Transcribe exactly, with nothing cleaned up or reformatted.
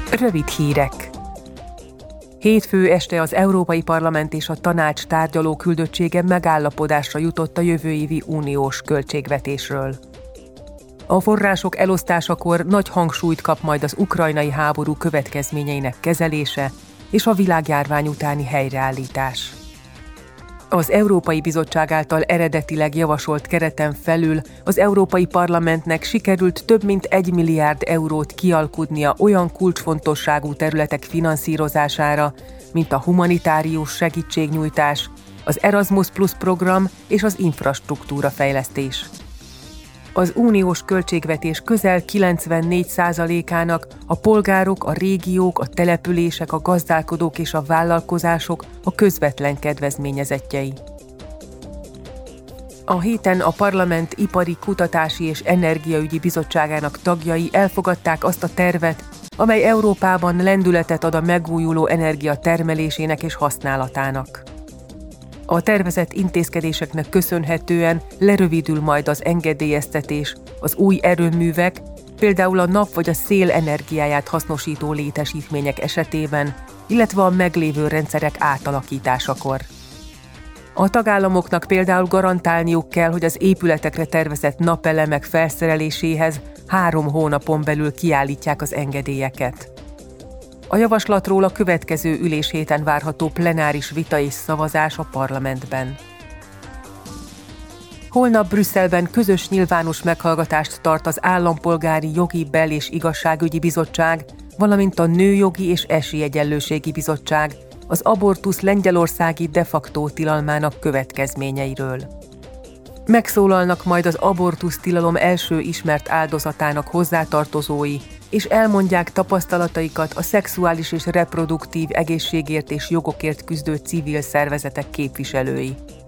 Rövid hírek. Hétfő este az Európai Parlament és a Tanács tárgyaló küldöttsége megállapodásra jutott a jövő évi uniós költségvetésről. A források elosztásakor nagy hangsúlyt kap majd az ukrajnai háború következményeinek kezelése és a világjárvány utáni helyreállítás. Az Európai Bizottság által eredetileg javasolt kereten felül az Európai Parlamentnek sikerült több mint egy milliárd eurót kialkudnia olyan kulcsfontosságú területek finanszírozására, mint a humanitárius segítségnyújtás, az Erasmus Plus program és az infrastruktúra fejlesztés. Az uniós költségvetés közel kilencvennégy százalékának a polgárok, a régiók, a települések, a gazdálkodók és a vállalkozások a közvetlen kedvezményezettjei. A héten a Parlament Ipari, Kutatási és Energiaügyi Bizottságának tagjai elfogadták azt a tervet, amely Európában lendületet ad a megújuló energia termelésének és használatának. A tervezett intézkedéseknek köszönhetően lerövidül majd az engedélyeztetés az új erőművek, például a nap vagy a szél energiáját hasznosító létesítmények esetében, illetve a meglévő rendszerek átalakításakor. A tagállamoknak például garantálniuk kell, hogy az épületekre tervezett napelemek felszereléséhez három hónapon belül kiállítják az engedélyeket. A javaslatról a következő üléshéten várható plenáris vita és szavazás a parlamentben. Holnap Brüsszelben közös nyilvános meghallgatást tart az Állampolgári Jogi Bel- és Igazságügyi Bizottság, valamint a Nőjogi és Esélyegyenlőségi Bizottság az abortusz lengyelországi de facto tilalmának következményeiről. Megszólalnak majd az abortusz tilalom első ismert áldozatának hozzátartozói, és elmondják tapasztalataikat a szexuális és reproduktív egészségért és jogokért küzdő civil szervezetek képviselői.